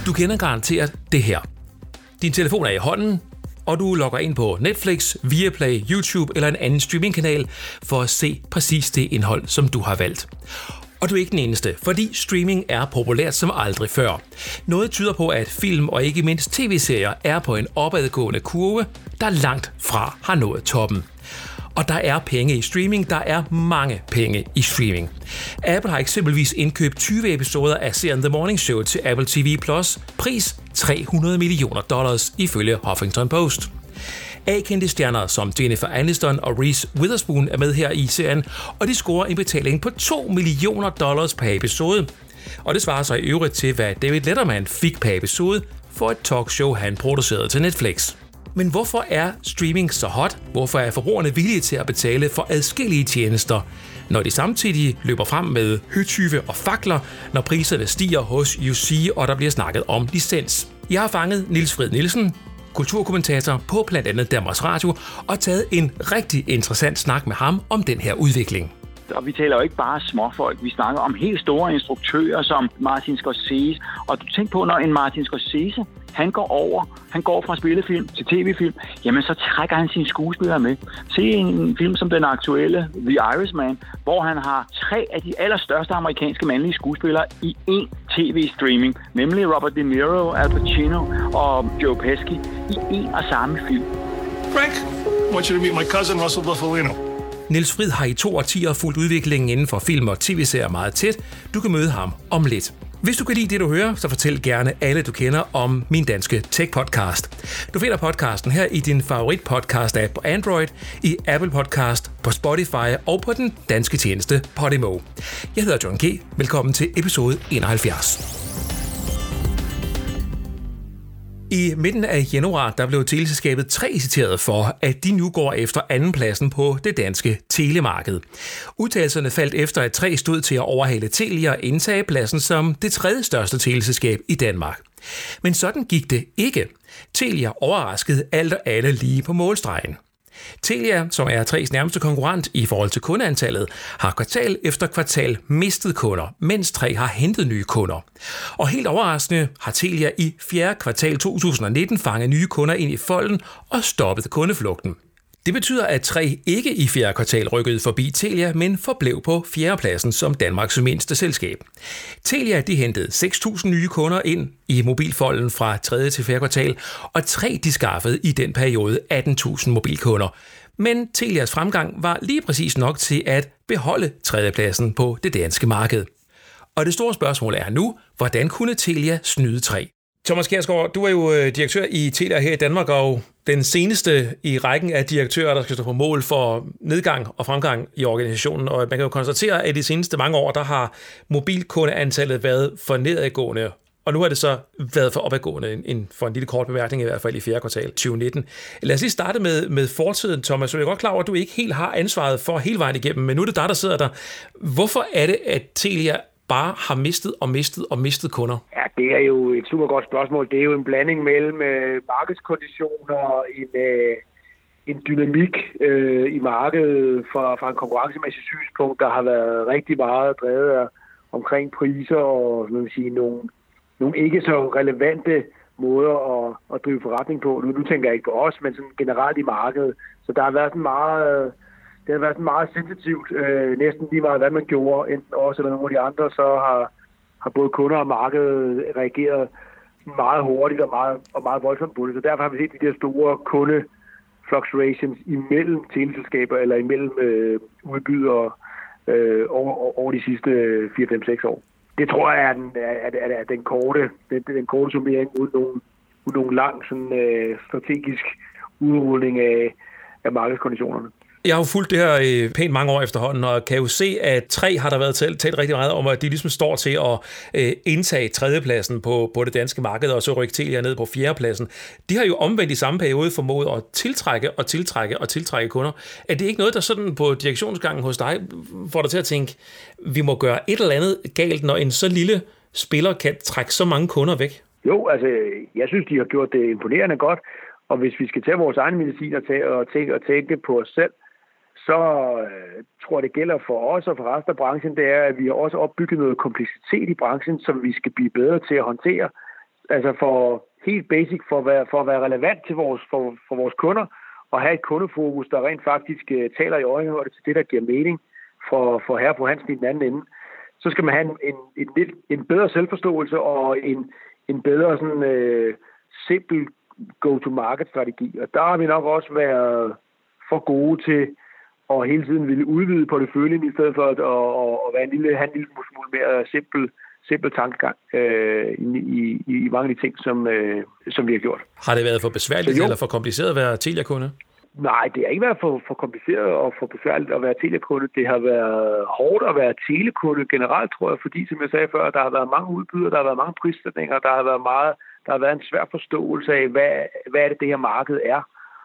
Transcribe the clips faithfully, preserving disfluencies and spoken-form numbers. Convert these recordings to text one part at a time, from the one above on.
Du kender garanteret det her. Din telefon er i hånden, og du logger ind på Netflix, Viaplay, YouTube eller en anden streamingkanal for at se præcis det indhold, som du har valgt. Og du er ikke den eneste, fordi streaming er populært som aldrig før. Noget tyder på, at film og ikke mindst tv-serier er på en opadgående kurve, der langt fra har nået toppen. Og der er penge i streaming, der er mange penge i streaming. Apple har eksempelvis indkøbt tyve episoder af serien The Morning Show til Apple T V plus, pris tre hundrede millioner dollars ifølge Huffington Post. A-kendte stjerner som Jennifer Aniston og Reese Witherspoon er med her i serien, og de scorer en betaling på to millioner dollars per episode. Og det svarer sig i øvrigt til, hvad David Letterman fik per episode for et talkshow, han producerede til Netflix. Men hvorfor er streaming så hot? Hvorfor er forbrugerne villige til at betale for adskillige tjenester, når de samtidig løber frem med høtyve og fakler, når priserne stiger hos U C, og der bliver snakket om licens? Jeg har fanget Niels Frid Nielsen, kulturkommentator på blandt andet Danmarks Radio, og taget en rigtig interessant snak med ham om den her udvikling. Og vi taler jo ikke bare småfolk, vi snakker om helt store instruktører som Martin Scorsese. Og du tænker på, når en Martin Scorsese, han går over, han går fra spillefilm til tv-film, jamen så trækker han sine skuespillere med. Se en film som den aktuelle The Irishman, hvor han har tre af de allerstørste amerikanske mandlige skuespillere i én tv-streaming, nemlig Robert De Niro, Al Pacino og Joe Pesci i en og samme film. Frank, I want you to meet my cousin Russell Buffalino. Niels Frid har i to årtier fulgt udviklingen inden for film og tv-serier meget tæt. Du kan møde ham om lidt. Hvis du kan lide det, du hører, så fortæl gerne alle, du kender, om Min Danske Tech-podcast. Du finder podcasten her i din favorit-podcast-app på Android, i Apple Podcast, på Spotify og på den danske tjeneste Podimo. Jeg hedder John G. Velkommen til episode enoghalvfjerds. I midten af januar der blev teleselskabet tre citeret for, at de nu går efter andenpladsen på det danske telemarked. Udtalelserne faldt efter, at tre stod til at overhale Telia og indtage pladsen som det tredje største teleselskab i Danmark. Men sådan gik det ikke. Telia overraskede alt og alle lige på målstregen. Telia, som er Træs nærmeste konkurrent i forhold til kundeantallet, har kvartal efter kvartal mistet kunder, mens Tre har hentet nye kunder. Og helt overraskende har Telia i fjerde kvartal to tusind nitten fanget nye kunder ind i folden og stoppet kundeflugten. Det betyder, at Tre ikke i fjerde kvartal rykkede forbi Telia, men forblev på fjerdepladsen som Danmarks mindste selskab. Telia de hentede seks tusind nye kunder ind i mobilfolden fra tredje til fjerde kvartal, og Tre de skaffede i den periode atten tusind mobilkunder. Men Telias fremgang var lige præcis nok til at beholde tredjepladsen på det danske marked. Og det store spørgsmål er nu, hvordan kunne Telia snyde Tre? Thomas Kjærsgaard, du er jo direktør i Telia her i Danmark, og den seneste i rækken af direktører, der skal stå på mål for nedgang og fremgang i organisationen. Og man kan jo konstatere, at de seneste mange år, der har mobilkundeantallet været for nedadgående, og nu har det så været for opadgående, en, for en lille kort bemærkning i hvert fald i fjerde kvartal tyve nitten. Lad os lige starte med, med fortiden, Thomas. Så jeg er godt klar over, at du ikke helt har ansvaret for hele vejen igennem, men nu er det dig, der sidder der. Hvorfor er det, at Telia bare har mistet og mistet og mistet kunder? Ja, det er jo et super godt spørgsmål. Det er jo en blanding mellem øh, markedskonditioner og en, øh, en dynamik øh, i markedet fra, fra en konkurrencemæssig synspunkt, der har været rigtig meget drevet af, omkring priser og man vil sige, nogle, nogle ikke så relevante måder at, at drive forretning på. Nu, nu tænker jeg ikke på os, men sådan generelt i markedet. Så der har været sådan meget... Det har været meget sensitivt, øh, næsten lige meget, hvad man gjorde, enten også eller nogle af de andre, så har, har både kunder og markedet reageret meget hurtigt og meget, og meget voldsomt på det. Så derfor har vi set de der store kunde-fluctuations imellem teleselskaber eller imellem øh, udbydere øh, over, over de sidste fire fem seks år. Det tror jeg er den, er, er, er den korte, den, den korte summering uden nogen, uden nogen lang sådan, øh, strategisk udrulning af, af markedskonditionerne. Jeg har jo fulgt det her øh, pænt mange år efterhånden, og kan jo se, at Tre har der været talt, talt rigtig meget om, at de ligesom står til at øh, indtage tredjepladsen på, på det danske marked, og så rykke Telia ned på fjerdepladsen. De har jo omvendt i samme periode formået at tiltrække og tiltrække og tiltrække kunder. Er det ikke noget, der sådan på direktionsgangen hos dig får dig til at tænke, vi må gøre et eller andet galt, når en så lille spiller kan trække så mange kunder væk? Jo, altså jeg synes, de har gjort det imponerende godt, og hvis vi skal tage vores egen medicin og, tage, og, tænke, og tænke på os selv, så øh, tror jeg, det gælder for os og for resten af branchen, det er, at vi har også opbygget noget kompleksitet i branchen, som vi skal blive bedre til at håndtere. altså for helt basic, for at være, for at være relevant til vores, for, for vores kunder, og have et kundefokus, der rent faktisk uh, taler i øjenhøjde til det, der giver mening for, for herre på Hansen i den anden ende, så skal man have en, en, en, en bedre selvforståelse og en, en bedre sådan, uh, simpel go-to-market-strategi. Og der har vi nok også været for gode til at hele tiden ville udvide porteføljen, i stedet for at, at, at være en lille, have en lille smule mere simpel, simpel tankegang øh, i, i, i mange af de ting, som, øh, som vi har gjort. Har det været for besværligt eller for kompliceret at være Telia-kunde? Nej, det har ikke været for, for kompliceret og for besværligt at være Telia-kunde. Det har været hårdt at være telekunde generelt, tror jeg, fordi, som jeg sagde før, der har været mange udbydere, der har været mange prissætninger, der har været meget, der har været en svær forståelse af, hvad, hvad er det, det her marked er.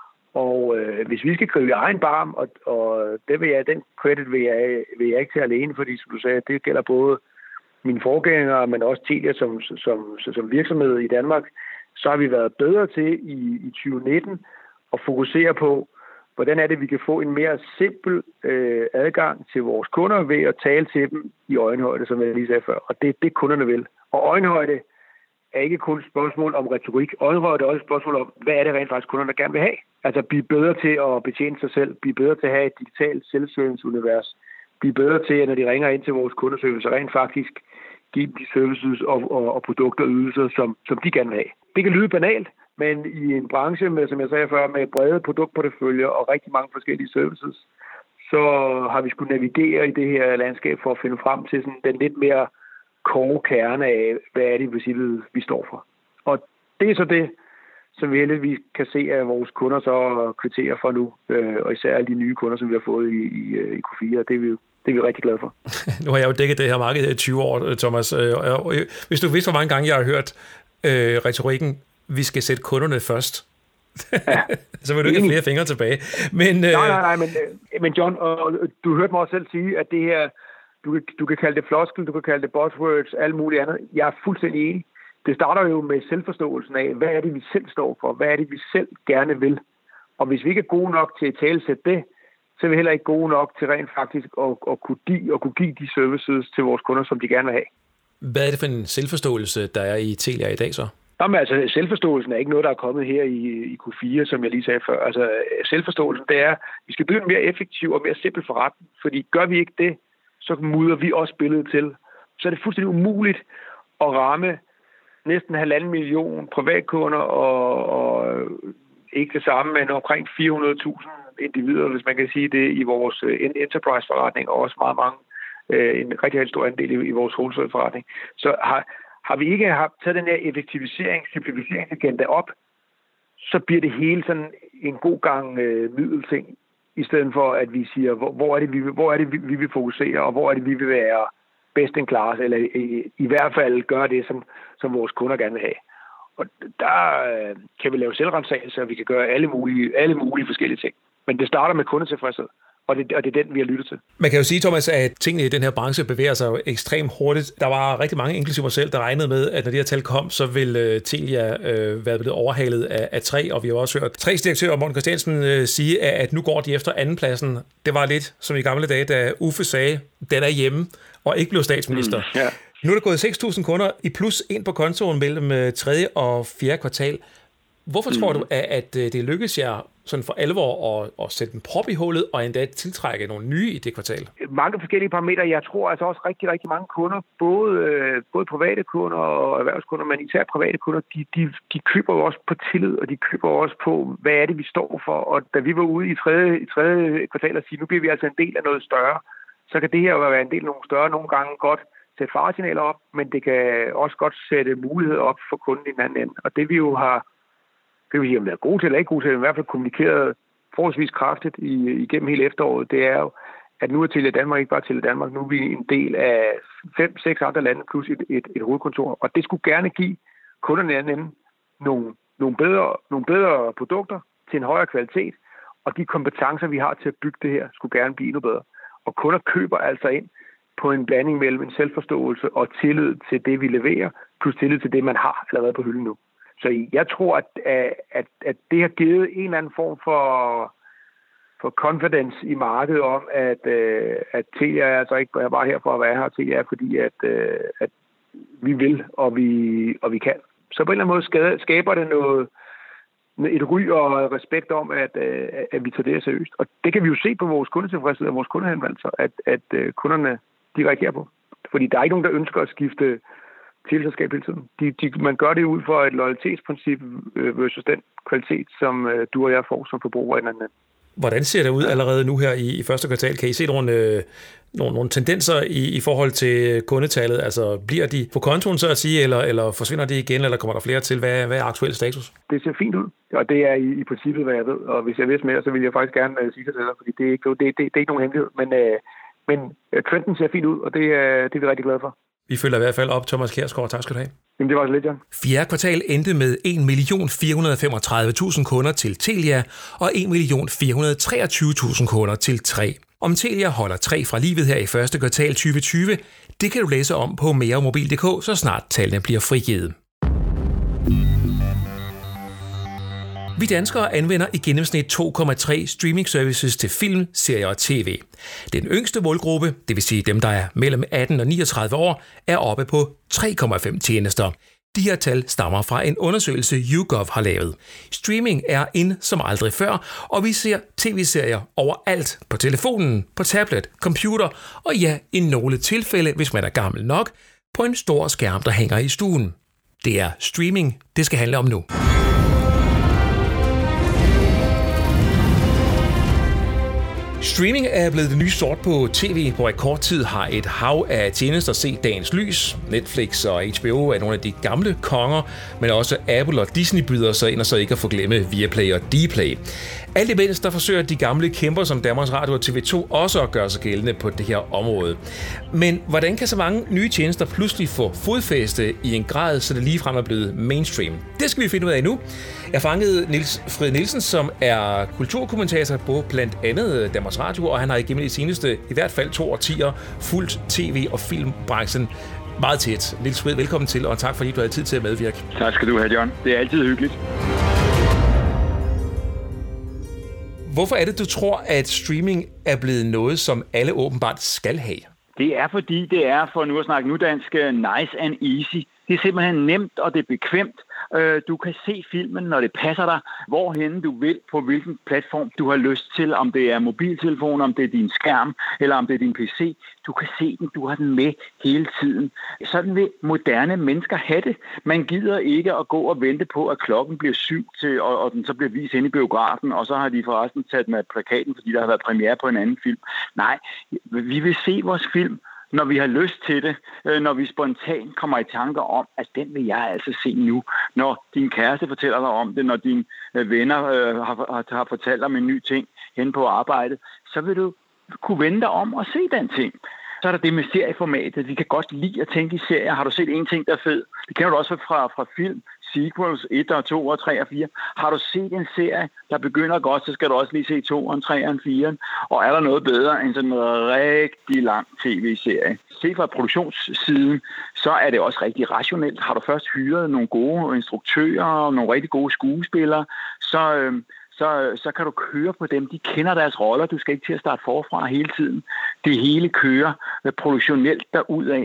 Og øh, hvis vi skal gribe i egen barm, og, og det vil jeg, den credit vil jeg, vil jeg ikke til alene, fordi som du sagde, det gælder både mine forgængere, men også Telia som, som, som virksomhed i Danmark, så har vi været bedre til i, i tyve nitten at fokusere på, hvordan er det, vi kan få en mere simpel øh, adgang til vores kunder ved at tale til dem i øjenhøjde, som jeg lige sagde før. Og det er det, kunderne vil. Og øjenhøjde er ikke kun et spørgsmål om retorik. Øjenhøjde er også et spørgsmål om, hvad er det rent faktisk kunderne gerne vil have. Altså blive bedre til at betjene sig selv, blive bedre til at have et digitalt selvservice-univers, blive bedre til, at når de ringer ind til vores kundeservice, rent faktisk give de services og, og, og produkter og ydelser, som, som de gerne vil have. Det kan lyde banalt, men i en branche, med, som jeg sagde før, med brede produktporteføljer og rigtig mange forskellige services, så har vi skulle navigere i det her landskab for at finde frem til sådan den lidt mere core kerne af, hvad er det i princippet, vi står for. Og det er så det, som vi heldigvis kan se, at vores kunder så kvitterer for nu, og især alle de nye kunder, som vi har fået i, i, i Q fire, det er vi jo det er vi rigtig glade for. Nu har jeg jo dækket det her marked i tyve år, Thomas. Hvis du vidste, hvor mange gange jeg har hørt øh, retorikken, vi skal sætte kunderne først, ja. Så vil du ikke have flere fingre tilbage. Men, øh... Nej, nej, nej, men, men John, og du hørte mig også selv sige, at det her, du, du kan kalde det floskel, du kan kalde det buzzwords, alt muligt andet. Jeg er fuldstændig enig. Det starter jo med selvforståelsen af, hvad er det, vi selv står for? Hvad er det, vi selv gerne vil? Og hvis vi ikke er gode nok til at talesætte det, så er vi heller ikke gode nok til rent faktisk at, at, kunne, give, at kunne give de services til vores kunder, som de gerne vil have. Hvad er det for en selvforståelse, der er i Telia i dag så? Jamen, altså, selvforståelsen er ikke noget, der er kommet her i, i Q fire, som jeg lige sagde før. Altså, selvforståelsen, det er, at vi skal bygge en mere effektiv og mere simpel forretning. Fordi gør vi ikke det, så mudrer vi også billedet til. Så er det fuldstændig umuligt at ramme næsten halvanden million privatkunder og, og ikke det samme, men omkring fire hundrede tusind individer, hvis man kan sige det, i vores enterprise-forretning, og også meget mange, en rigtig, rigtig stor andel i, i vores wholesale-forretning. Så har, har vi ikke haft taget den her effektivisering, simplificeringsagenda op, så bliver det hele sådan en god gang øh, middelting, i stedet for at vi siger, hvor, hvor er det, vi, hvor er det vi, vi vil fokusere, og hvor er det, vi vil være best in class, eller i, i hvert fald gøre det, som, som vores kunder gerne vil have. Og der øh, kan vi lave selvransagelse, og vi kan gøre alle mulige, alle mulige forskellige ting. Men det starter med kundetilfredshed, og det, og det er den, vi har lyttet til. Man kan jo sige, Thomas, at tingene i den her branche bevæger sig jo ekstremt hurtigt. Der var rigtig mange, inklusive mig selv, der regnede med, at når de her tal kom, så ville Telia øh, være blevet overhalet af, af tre, og vi har også hørt Tres direktør Morten Christiansen øh, sige, at nu går de efter andenpladsen. Det var lidt som i gamle dage, da Uffe sagde, den er hjemme, og ikke blev statsminister. Mm, yeah. Nu er der gået seks tusind kunder i plus ind på kontoen mellem tredje og fjerde kvartal. Hvorfor mm. tror du, at, at det lykkedes jer sådan for alvor at, at sætte en prop i hullet og endda tiltrække nogle nye i det kvartal? Mange forskellige parametre. Jeg tror altså også rigtig, rigtig mange kunder, både, både private kunder og erhvervskunder, men især private kunder, de, de, de køber jo også på tillid, og de køber også på, hvad er det, vi står for. Og da vi var ude i tredje, i tredje kvartal og sige, nu bliver vi altså en del af noget større, så kan det her jo være en del af nogle større, nogle gange godt sætte faresignaler op, men det kan også godt sætte muligheder op for kunden i den anden ende. Og det vi jo har, det vil sige, om det er gode til eller ikke gode til, men i hvert fald kommunikeret forholdsvis kraftigt i, igennem hele efteråret, det er jo, at nu er Telia Danmark ikke bare Telia Danmark, nu er vi en del af fem, seks andre lande plus et, et, et hovedkontor, og det skulle gerne give kunderne i den anden ende nogle, nogle, bedre, nogle bedre produkter til en højere kvalitet, og de kompetencer, vi har til at bygge det her, skulle gerne blive endnu bedre. Og kunder køber altså ind på en blanding mellem en selvforståelse og tillid til det, vi leverer, plus tillid til det, man har allerede på hylden nu. Så jeg tror, at, at, at det har givet en eller anden form for, for confidence i markedet om, at, at Telia er altså ikke bare her for at være her, Telia er fordi, at, at vi vil, og vi, og vi kan. Så på en eller anden måde skaber det noget, et ry og respekt om, at, at vi tager det seriøst. Og det kan vi jo se på vores kundetilfredshed og vores kundehenvendelser, at, at kunderne de reagerer på. Fordi der er ikke nogen, der ønsker at skifte teleselskab hele tiden. De, de, man gør det ud fra et loyalitetsprincip versus den kvalitet, som du og jeg får som forbruger i hinanden. Hvordan ser det ud allerede nu her i, i første kvartal? Kan I se nogle, øh, nogle, nogle tendenser i, i forhold til kundetallet? Altså bliver de på kontoen så at sige, eller, eller forsvinder de igen, eller kommer der flere til? Hvad, hvad er aktuel status? Det ser fint ud, og det er i, i princippet, hvad jeg ved. Og hvis jeg vidste mere, så ville jeg faktisk gerne uh, sige det til dig, fordi det er ikke, det, det, det er ikke nogen hemmelighed. Men, uh, men uh, trenden ser fint ud, og det, uh, det er vi rigtig glade for. Vi følger i hvert fald op, Thomas Kjærsgaard. Tak skal du have. Jamen, det var så lidt, Jan. Fjerde kvartal endte med en million fire hundrede og femogtredive tusind kunder til Telia og en million fire hundrede og treogtyve tusind kunder til Tre. Om Telia holder Tre fra livet her i første kvartal tyve tyve, det kan du læse om på meremobil punktum d k, så snart tallene bliver frigivet. Vi danskere anvender i gennemsnit to komma tre streaming services til film, serier og tv. Den yngste målgruppe, det vil sige dem, der er mellem atten og niogtredive år, er oppe på tre komma fem tjenester. De her tal stammer fra en undersøgelse, YouGov har lavet. Streaming er ind som aldrig før, og vi ser tv-serier overalt på telefonen, på tablet, computer og ja, i nogle tilfælde, hvis man er gammel nok, på en stor skærm, der hænger i stuen. Det er streaming, det skal handle om nu. Streaming er blevet det nye sort på tv. På rekordtid har et hav af tjenester set dagens lys. Netflix og H B O er nogle af de gamle konger, men også Apple og Disney byder sig ind, og så ikke at få glemme Viaplay og Dplay. Alt imens der forsøger de gamle kæmper som Danmarks Radio og T V to også at gøre sig gældende på det her område. Men hvordan kan så mange nye tjenester pludselig få fodfæste i en grad, så det ligefrem er blevet mainstream? Det skal vi finde ud af nu. Jeg fangede Niels Fred Nielsen, som er kulturkommentator på blandt andet Danmarks Radio, og han har igennem de seneste i hvert fald to årtier fulgt tv- og filmbranchen meget tæt. Niels Fred, velkommen til, og tak fordi du havde tid til at medvirke. Tak skal du have, John. Det er altid hyggeligt. Hvorfor er det, du tror, at streaming er blevet noget, som alle åbenbart skal have? Det er fordi, det er for nu at snakke nudansk nice and easy. Det er simpelthen nemt, og det er bekvemt. Du kan se filmen, når det passer dig, hvorhen du vil, på hvilken platform du har lyst til, om det er mobiltelefon, om det er din skærm, eller om det er din P C. Du kan se den, du har den med hele tiden. Sådan vil moderne mennesker have det. Man gider ikke at gå og vente på, at klokken bliver syv, til, og, og den så bliver vist hen i biografen, og så har de forresten taget med plakaten, fordi der har været premiere på en anden film. Nej, vi vil se vores film, når vi har lyst til det, når vi spontant kommer i tanker om, at den vil jeg altså se nu. Når din kæreste fortæller dig om det, når dine venner øh, har, har fortalt om en ny ting hen på arbejdet, så vil du kunne vende dig om og se den ting. Så er der det med serieformatet. Vi kan godt lide at tænke i serier. Har du set en ting, der er fed? Det kender du også fra, fra film. Sequels et og to og tre og fire. Har du set en serie, der begynder godt, så skal du også lige se to og tre og fire. Og er der noget bedre end sådan en rigtig lang tv-serie? Se fra produktionssiden, så er det også rigtig rationelt. Har du først hyret nogle gode instruktører og nogle rigtig gode skuespillere, så, øh, så, så kan du køre på dem. De kender deres roller. Du skal ikke til at starte forfra hele tiden. Det hele kører produktionelt derudad.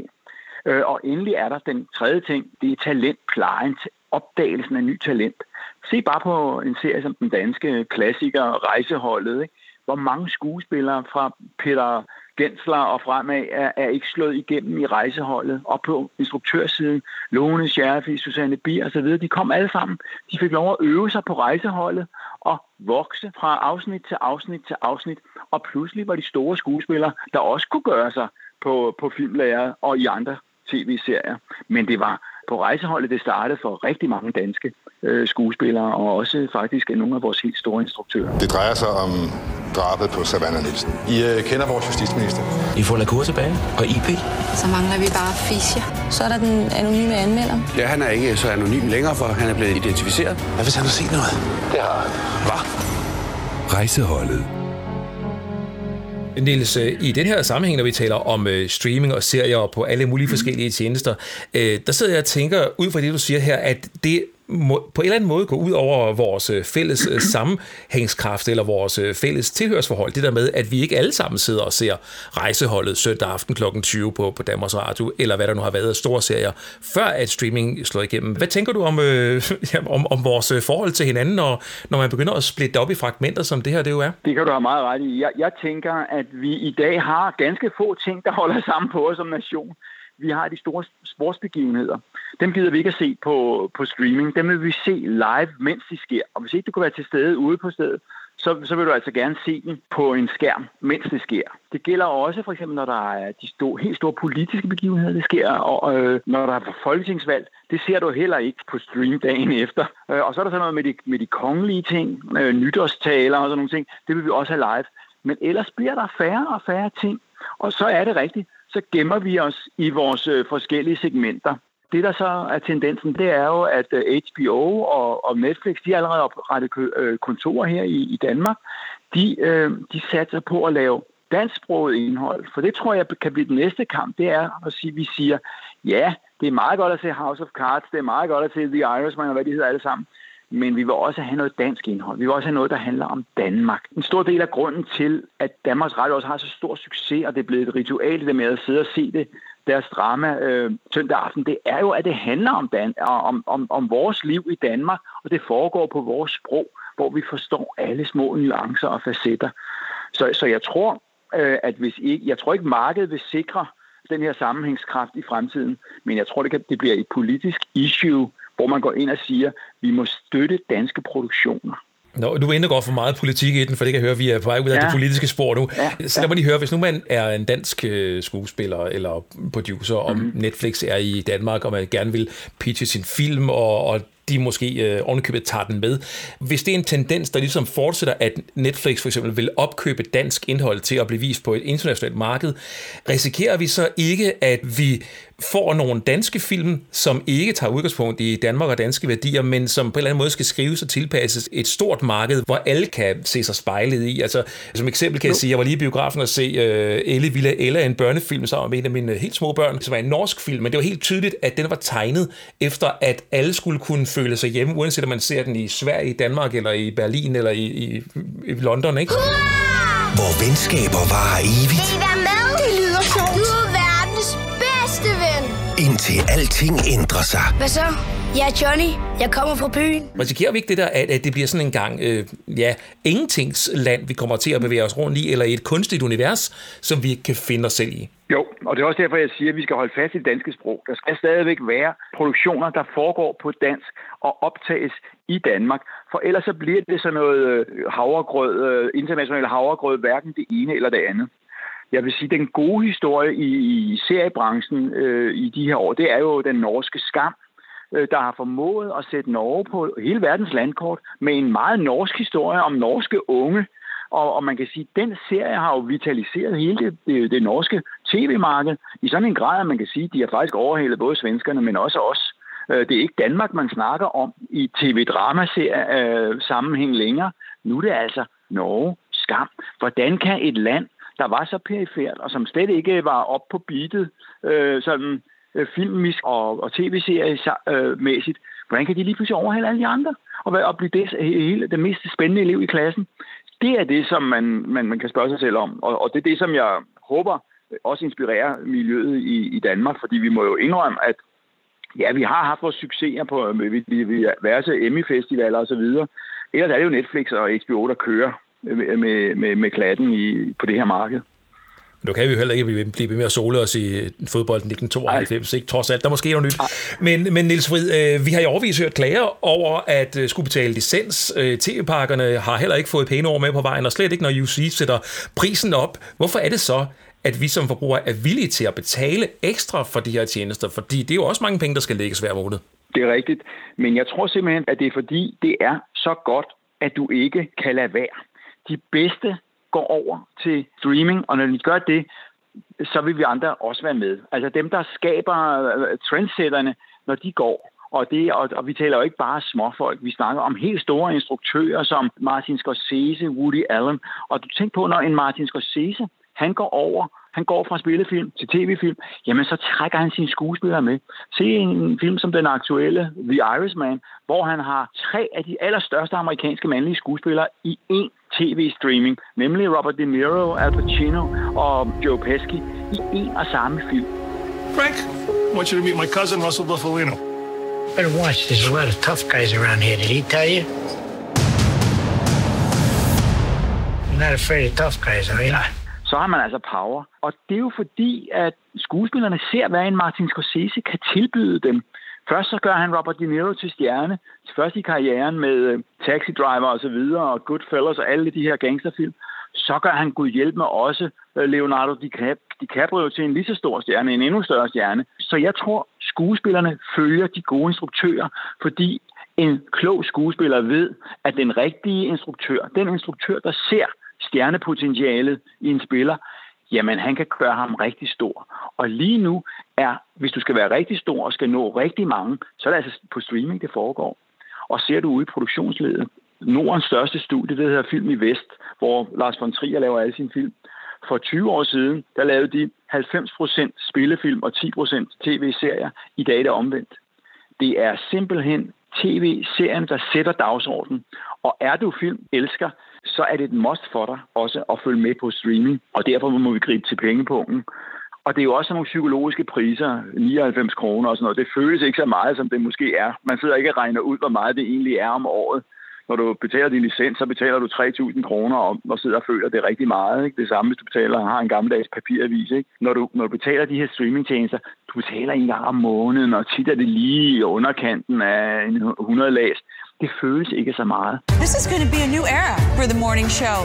Og endelig er der den tredje ting, det er talentplejen, opdagelsen af ny talent. Se bare på en serie som den danske klassiker Rejseholdet, ikke? Hvor mange skuespillere fra Peter Gensler og fremad er, er ikke slået igennem i Rejseholdet. Og på instruktørsiden, Lone Scherfig, Susanne Bier osv., de kom alle sammen. De fik lov at øve sig på Rejseholdet og vokse fra afsnit til afsnit til afsnit. Og pludselig var de store skuespillere, der også kunne gøre sig på, på filmlærer og i andre tv-serier. Men det var på Rejseholdet, det startede for rigtig mange danske øh, skuespillere, og også faktisk nogle af vores helt store instruktører. Det drejer sig om drabet på Savannah Nielsen. I øh, kender vores justitsminister. I får Lacour tilbage, og I P. Så mangler vi bare Fischer. Så er der den anonyme anmelder. Ja, han er ikke så anonym længere, for han er blevet identificeret. Hvad hvis han har set noget? Det har han. Hvad? Rejseholdet. Niels, i den her sammenhæng, når vi taler om øh, streaming og serier på alle mulige forskellige tjenester, øh, der sidder jeg og tænker, ud fra det, du siger her, at det må, på en eller anden måde gå ud over vores fælles sammenhængskraft eller vores fælles tilhørsforhold. Det der med, at vi ikke alle sammen sidder og ser Rejseholdet søndag aften klokken tyve på, på Danmarks Radio, eller hvad der nu har været af store serier, før at streaming slår igennem. Hvad tænker du om, øh, om, om vores forhold til hinanden, når, når man begynder at splitte op i fragmenter, som det her det jo er? Det kan du have meget ret i. Jeg, jeg tænker, at vi i dag har ganske få ting, der holder sammen på os som nation. Vi har de store sportsbegivenheder. Dem gider vi ikke at se på, på streaming. Dem vil vi se live, mens de sker. Og hvis ikke du kan være til stede ude på stedet, så, så vil du altså gerne se den på en skærm, mens det sker. Det gælder også for eksempel, når der er de store, helt store politiske begivenheder, det sker, og øh, når der er folketingsvalg. Det ser du heller ikke på stream dagen efter. Øh, og så er der sådan noget med de, med de kongelige ting, øh, nytårstaler og sådan nogle ting. Det vil vi også have live. Men ellers bliver der færre og færre ting. Og så er det rigtigt. Så gemmer vi os i vores øh, forskellige segmenter. Det, der så er tendensen, det er jo, at øh, H B O og, og Netflix, de har allerede oprettet øh, kontorer her i, i Danmark. De, øh, de satser på at lave dansksproget indhold. For det tror jeg kan blive den næste kamp. Det er at sige, vi siger, ja, det er meget godt at se House of Cards, det er meget godt at se The Irishman og hvad de hedder alle sammen. Men vi vil også have noget dansk indhold. Vi vil også have noget, der handler om Danmark. En stor del af grunden til, at Danmarks Radio også har så stor succes, og det er blevet et ritual det med at sidde og se det, deres drama øh, søndag aften, det er jo, at det handler om, Dan- om, om, om vores liv i Danmark, og det foregår på vores sprog, hvor vi forstår alle små nuancer og facetter. Så, så jeg tror, øh, at hvis ikke, jeg tror ikke, markedet vil sikre den her sammenhængskraft i fremtiden, men jeg tror, det, kan, det bliver et politisk issue, hvor man går ind og siger, at vi må støtte danske produktioner. Nå, du indgår for meget politik i den, for det kan jeg høre, vi er på vej ud af ja. det politiske spor nu. Ja. Så lad mig lige høre, hvis nu man er en dansk skuespiller eller producer, og mm-hmm. Netflix er i Danmark, og man gerne vil pitche sin film, og, og de måske øh, ovenikøbet tager den med. Hvis det er en tendens, der ligesom fortsætter, at Netflix for eksempel vil opkøbe dansk indhold til at blive vist på et internationalt marked, risikerer vi så ikke, at vi får nogle danske film, som ikke tager udgangspunkt i Danmark og danske værdier, men som på en eller anden måde skal skrives og tilpasses et stort marked, hvor alle kan se sig spejlet i. Altså, som eksempel kan jeg sige, jeg var lige i biografen og se uh, Elle Villa Ella, en børnefilm, sammen med en af mine helt små børn, som var en norsk film, men det var helt tydeligt, at den var tegnet efter, at alle skulle kunne føle sig hjemme, uanset om man ser den i Sverige, i Danmark, eller i Berlin, eller i, i, i London, ikke? Hvor venskaber varer evigt. Vil I være med? Det lyder sjovt. Du er verdens bedste ven. Indtil alting ændrer sig. Hvad så? Jeg er Johnny. Jeg kommer fra byen. Risikerer vi ikke det der, at, at det bliver sådan en gang, øh, ja, ingentingsland, vi kommer til at bevæge os rundt i, eller i et kunstigt univers, som vi ikke kan finde os selv i? Jo, og det er også derfor, jeg siger, at vi skal holde fast i det danske sprog. Der skal stadigvæk være produktioner, der foregår på dansk og optages i Danmark. For ellers så bliver det sådan noget havregrød, international havregrød, hverken det ene eller det andet. Jeg vil sige, at den gode historie i, i seriebranchen øh, i de her år, det er jo den norske Skam, øh, der har formået at sætte Norge på hele verdens landkort med en meget norsk historie om norske unge. Og, og man kan sige, at den serie har jo vitaliseret hele det, det, det norske tv-marked i sådan en grad, at man kan sige, at de har faktisk overhældet både svenskerne, men også os. Det er ikke Danmark, man snakker om i tv-drama-serie-sammenhæng længere. Nu er det altså Norge, Skam. Hvordan kan et land, der var så perifert, og som slet ikke var op på beatet, øh, sådan øh, filmisk og, og tv-seriemæssigt, hvordan kan de lige pludselig overhælde alle de andre? Og, og blive det, hele, det mest spændende elev i klassen? Det er det, som man, man, man kan spørge sig selv om. Og, og det er det, som jeg håber også inspirerer miljøet i, i Danmark, fordi vi må jo indrømme, at ja, vi har haft vores succeser på med diverse Emmy-festivaler og så videre. Ellers er det jo Netflix og H B O, der kører med, med, med, med klatten i, på det her marked. Nu kan vi jo heller ikke blive ved med at sole os i fodbolden nitten tooghalvfems, ikke? Trods alt, der er måske noget nyt. Men, men Niels Frid, øh, vi har i årevis hørt klager over, at øh, skulle betale licens. Øh, T V-parkerne har heller ikke fået pæne ord med på vejen, og slet ikke, når U C sætter prisen op. Hvorfor er det så, at vi som forbrugere er villige til at betale ekstra for de her tjenester? Fordi det er jo også mange penge, der skal lægges hver måned. Det er rigtigt, men jeg tror simpelthen, at det er fordi, det er så godt, at du ikke kan lade være. De bedste går over til streaming, og når de gør det, så vil vi andre også være med. Altså dem, der skaber trendsetterne, når de går, og, det, og, og vi taler jo ikke bare småfolk, vi snakker om helt store instruktører som Martin Scorsese, Woody Allen, og du tænker på, når en Martin Scorsese, han går over han går fra spillefilm til tv-film, jamen så trækker han sine skuespillere med. Se en film som den aktuelle The Irishman, hvor han har tre af de allerstørste amerikanske mandlige skuespillere i én tv-streaming, nemlig Robert De Niro, Al Pacino og Joe Pesci i en og samme film. Frank, I want you to meet my cousin, Russell Buffalino. Better watch. There's a lot of tough guys around here. Did he tell you? You're not afraid of tough guys, are you? Så har man altså power. Og det er jo fordi, at skuespillerne ser, hvad en Martin Scorsese kan tilbyde dem. Først så gør han Robert De Niro til stjerne. Først i karrieren med uh, Taxi Driver og så videre, og Goodfellas og alle de her gangsterfilm. Så gør han Gud hjælp med også uh, Leonardo DiCaprio til en lige så stor stjerne, en endnu større stjerne. Så jeg tror, skuespillerne følger de gode instruktører, fordi en klog skuespiller ved, at den rigtige instruktør, den instruktør, der ser stjernepotentialet i en spiller, jamen han kan gøre ham rigtig stor. Og lige nu er, hvis du skal være rigtig stor og skal nå rigtig mange, så er det altså på streaming, det foregår. Og ser du ude i produktionsledet, Nordens største studie, det hedder Film i Vest, hvor Lars von Trier laver alle sine film. For tyve år siden, der lavede de halvfems procent spillefilm og ti procent tv-serier. I dag er det omvendt. Det er simpelthen tv-serien, der sætter dagsordenen. Og er du filmelsker, så er det et must for dig også at følge med på streaming. Og derfor må vi gribe til pengepunkten. Og det er jo også nogle psykologiske priser, nioghalvfems kroner og sådan noget. Det føles ikke så meget, som det måske er. Man sidder ikke og regner ud, hvor meget det egentlig er om året. Når du betaler din licens, så betaler du tre tusind kroner om, og sidder og føler, det er rigtig meget. Ikke? Det samme, hvis du betaler har en gammeldags papiravis. Ikke? Når, du, når du betaler de her streamingtjenester, du betaler en gang om måneden, og tit er det lige i underkanten af en hundrede lags. Det føles ikke så meget. This is going to be a new era for the morning show.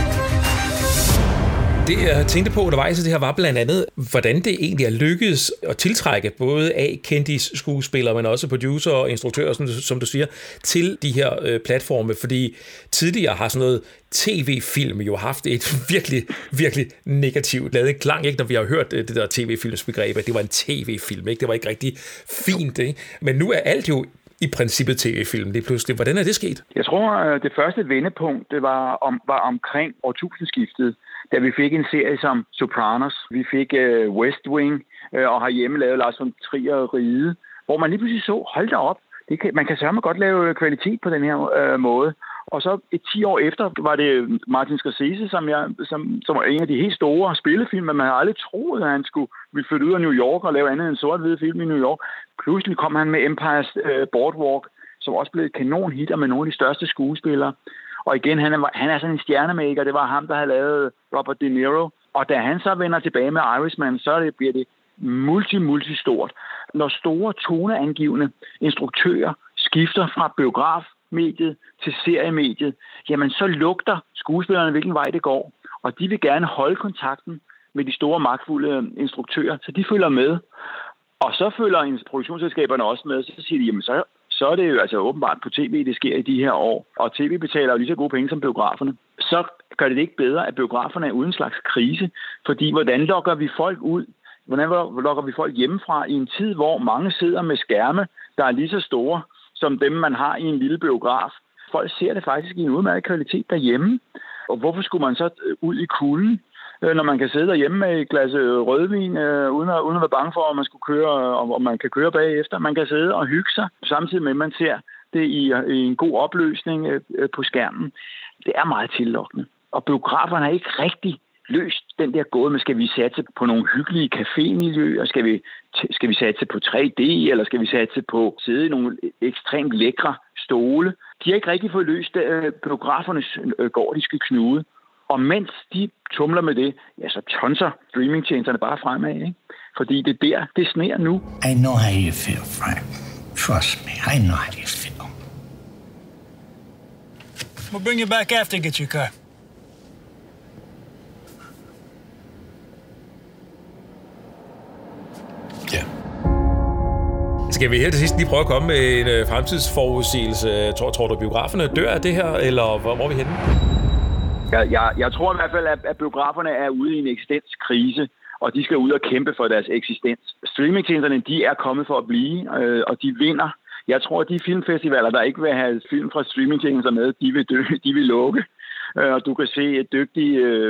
Det, jeg tænkte på undervejs, det her var blandt andet, hvordan det egentlig er lykkedes at tiltrække både A-kendis skuespillere, men også producer og instruktører, som, som du siger, til de her øh, platforme, fordi tidligere har sådan noget tv-film jo haft et virkelig, virkelig negativt ladet klang, ikke, når vi har hørt det der tv-filmsbegreb, at det var en tv-film, ikke? Det var ikke rigtig fint, ikke? Men nu er alt jo i princippet tv-film lige pludselig. Hvordan er det sket? Jeg tror, det første vendepunkt det var, om, var omkring årtusindskiftet, da vi fik en serie som Sopranos. Vi fik uh, West Wing uh, og har hjemme lavet Lars von Trier og Ride, hvor man lige pludselig så, hold da op, det kan, man kan sørge godt lave kvalitet på den her uh, måde. Og så et ti år efter var det Martin Scorsese, som, jeg, som, som var en af de helt store spillefilm, men man havde aldrig troet, at han skulle ville flytte ud af New York og lave andet end sort-hvide film i New York. Pludselig kom han med Empire's uh, Boardwalk, som også blev et kanonhitter med nogle af de største skuespillere. Og igen, han er, han er sådan en stjernemaker. Det var ham, der havde lavet Robert De Niro. Og da han så vender tilbage med Irishman, så det, bliver det multi-multi-stort. Når store toneangivende instruktører skifter fra biografmediet til seriemediet, jamen så lugter skuespillerne, hvilken vej det går. Og de vil gerne holde kontakten med de store, magtfulde instruktører, så de følger med. Og så følger produktionsselskaberne også med, så siger de, jamen så så er det jo altså åbenbart på tv, det sker i de her år. Og tv betaler jo lige så gode penge som biograferne. Så gør det ikke bedre, at biograferne er uden en slags krise. Fordi hvordan lokker vi folk ud? Hvordan lokker vi folk hjemmefra i en tid, hvor mange sidder med skærme, der er lige så store som dem, man har i en lille biograf? Folk ser det faktisk i en udmærket kvalitet derhjemme. Og hvorfor skulle man så ud i kulden, når man kan sidde derhjemme med et glas rødvin, øh, uden, at, uden at være bange for, om man, skulle køre, om man kan køre bagefter. Man kan sidde og hygge sig, samtidig med, at man ser det i, i en god opløsning øh, på skærmen. Det er meget tillokkende. Og biograferne har ikke rigtig løst den der gåde med, skal vi satse på nogle hyggelige cafémiljøer, skal vi, skal vi satse på tre D, eller skal vi satse på at sidde i nogle ekstremt lækre stole. De har ikke rigtig fået løst øh, biografernes øh, gordiske knude. Og mens de tumler med det, ja, så tonser streamingtjenesterne bare fremad, ikke? Fordi det er der, det sner nu. I know how you feel, Frank. Trust me, I know how you feel. We'll bring you back after you get your car. Ja. Skal vi her til sidst lige prøve at komme med en øh, fremtidsforudsigelse? Tror, tror du, biograferne dør af det her, eller hvor, hvor er vi henne? Jeg, jeg, jeg tror i hvert fald, at, at biograferne er ude i en eksistenskrise, og de skal ud og kæmpe for deres eksistens. Streamingtjenesterne, de er kommet for at blive, øh, og de vinder. Jeg tror, at de filmfestivaler, der ikke vil have film fra streamingtjenester med, de vil dø, de vil lukke. Øh, og du kan se, at dygtige øh,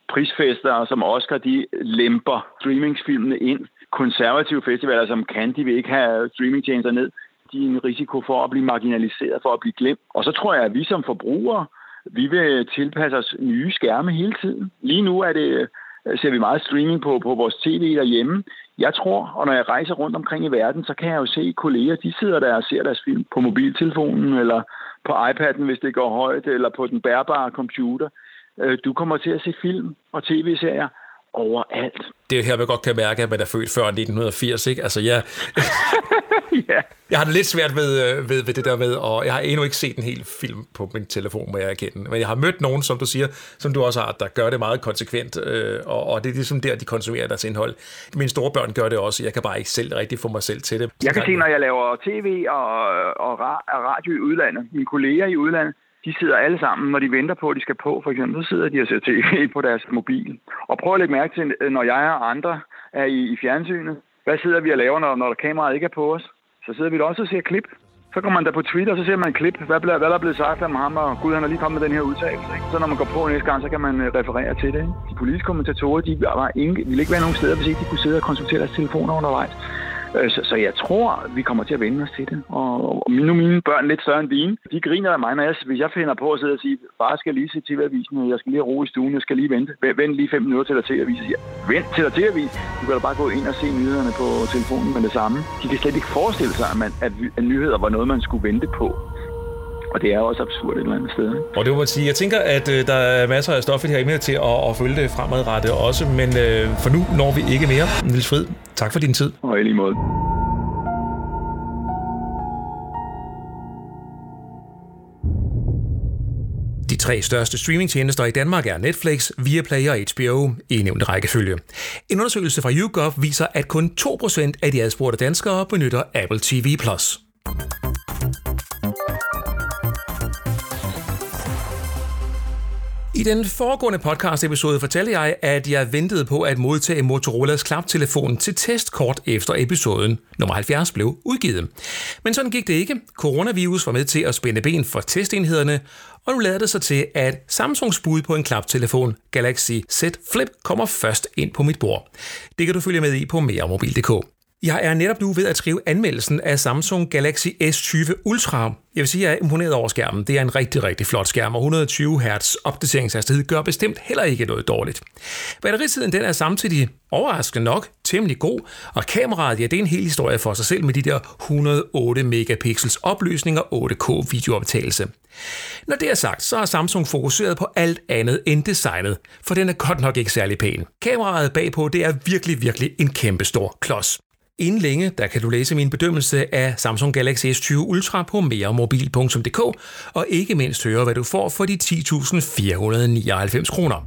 prisfester som Oscar, de lemper streamingsfilmene ind. Konservative festivaler som Cannes, de vil ikke have streamingtjenester ned. De er en risiko for at blive marginaliseret, for at blive glemt. Og så tror jeg, at vi som forbrugere, vi vil tilpasse os nye skærme hele tiden. Lige nu er det, ser vi meget streaming på, på vores tv derhjemme. Jeg tror, og når jeg rejser rundt omkring i verden, så kan jeg jo se kolleger, de sidder der og ser deres film på mobiltelefonen, eller på iPad'en, hvis det går højt, eller på den bærbare computer. Du kommer til at se film og tv-serier overalt. Det er her, man godt kan mærke, at man er født før nitten firs, ikke? Altså, jeg, ja. jeg har det lidt svært ved, ved, ved det der med, og jeg har endnu ikke set en hel film på min telefon, må jeg erkende. Men jeg har mødt nogen, som du siger, som du også har, der gør det meget konsekvent, øh, og, og det er ligesom der, de konsumerer deres indhold. Mine store børn gør det også, jeg kan bare ikke selv rigtig få mig selv til det. Jeg kan se, når jeg laver tv og, og radio i udlandet, mine kolleger i udlandet, de sidder alle sammen, når de venter på, at de skal på, for eksempel, så sidder de og ser tv på deres mobil. Og prøv at lægge mærke til, når jeg og andre er i, i fjernsynet. Hvad sidder vi og laver, når, når kameraet ikke er på os? Så sidder vi da også og ser klip. Så går man der på Twitter, og så ser man en klip. Hvad, hvad der er blevet sagt om ham, og gud, han har lige kommet med den her udtalelse. Ikke? Så når man går på næste gang, så kan man referere til det. Ikke? De politiske kommentatorer, de var ingen, ville ikke være nogen steder, hvis ikke de kunne sidde og konsultere deres telefoner undervejs. Så, så jeg tror, vi kommer til at vende os til det. Og, og nu mine børn lidt større end dine. De griner af mig, når jeg, hvis jeg finder på at sidde og sige, far skal lige se T V-avisen, jeg skal lige ro i stuen, jeg skal lige vente. Vent lige fem minutter til at T V-avisen. Ja, vent til at T V-avisen. Du kan da bare gå ind og se nyhederne på telefonen med det samme. De kan slet ikke forestille sig, at, man, at, at nyheder var noget, man skulle vente på. Og det er også absurd et eller andet sted. Ikke? Og det må man sige. Jeg tænker, at øh, der er masser af stof i det her emne til at, at følge det fremadrettet også, men øh, for nu når vi ikke mere. Niels Frid, tak for din tid. Og i lige måde. De tre største streamingtjenester i Danmark er Netflix, Viaplay og H B O i nævnte rækkefølge. En undersøgelse fra YouGov viser, at kun to procent af de adspurgte danskere benytter Apple T V plus. I den foregående podcast-episode fortalte jeg, at jeg ventede på at modtage Motorolas klaptelefon til test kort efter episoden nummer halvfjerds blev udgivet. Men sådan gik det ikke. Coronavirus var med til at spænde ben for testenhederne, og nu lader det sig til, at Samsungs bud på en klaptelefon Galaxy Z Flip kommer først ind på mit bord. Det kan du følge med i på meremobil punktum d k. Jeg er netop nu ved at skrive anmeldelsen af Samsung Galaxy S tyve Ultra. Jeg vil sige, at jeg er imponeret over skærmen. Det er en rigtig, rigtig flot skærm, og et hundrede og tyve hertz opdateringshastighed gør bestemt heller ikke noget dårligt. Batteritiden den er samtidig overraskende nok temmelig god, og kameraet, ja, det er en hel historie for sig selv med de der et hundrede og otte megapixels opløsning og otte K videooptagelse. Når det er sagt, så har Samsung fokuseret på alt andet end designet, for den er godt nok ikke særlig pæn. Kameraet bagpå, det er virkelig, virkelig en kæmpestor klods. Inden længe, der kan du læse min bedømmelse af Samsung Galaxy S tyve Ultra på meremobil punktum d k, og ikke mindst høre, hvad du får for de ti tusind fire hundrede og nioghalvfems kroner.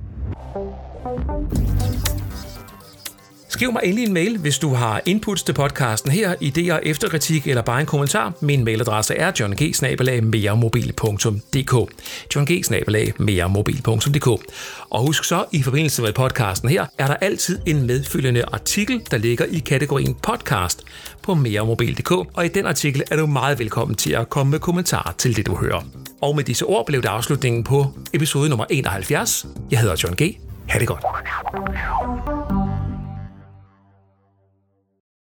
Skriv mig endelig en mail, hvis du har inputs til podcasten her, idéer, efterkritik eller bare en kommentar. Min mailadresse er john g bindestreg meremobil punktum d k. john g bindestreg meremobil punktum d k. Og husk så, i forbindelse med podcasten her, er der altid en medfølgende artikel, der ligger i kategorien podcast på meremobil punktum d k. Og i den artikel er du meget velkommen til at komme med kommentarer til det, du hører. Og med disse ord blev det afslutningen på episode nummer enoghalvfjerds. Jeg hedder John G. Ha' det godt.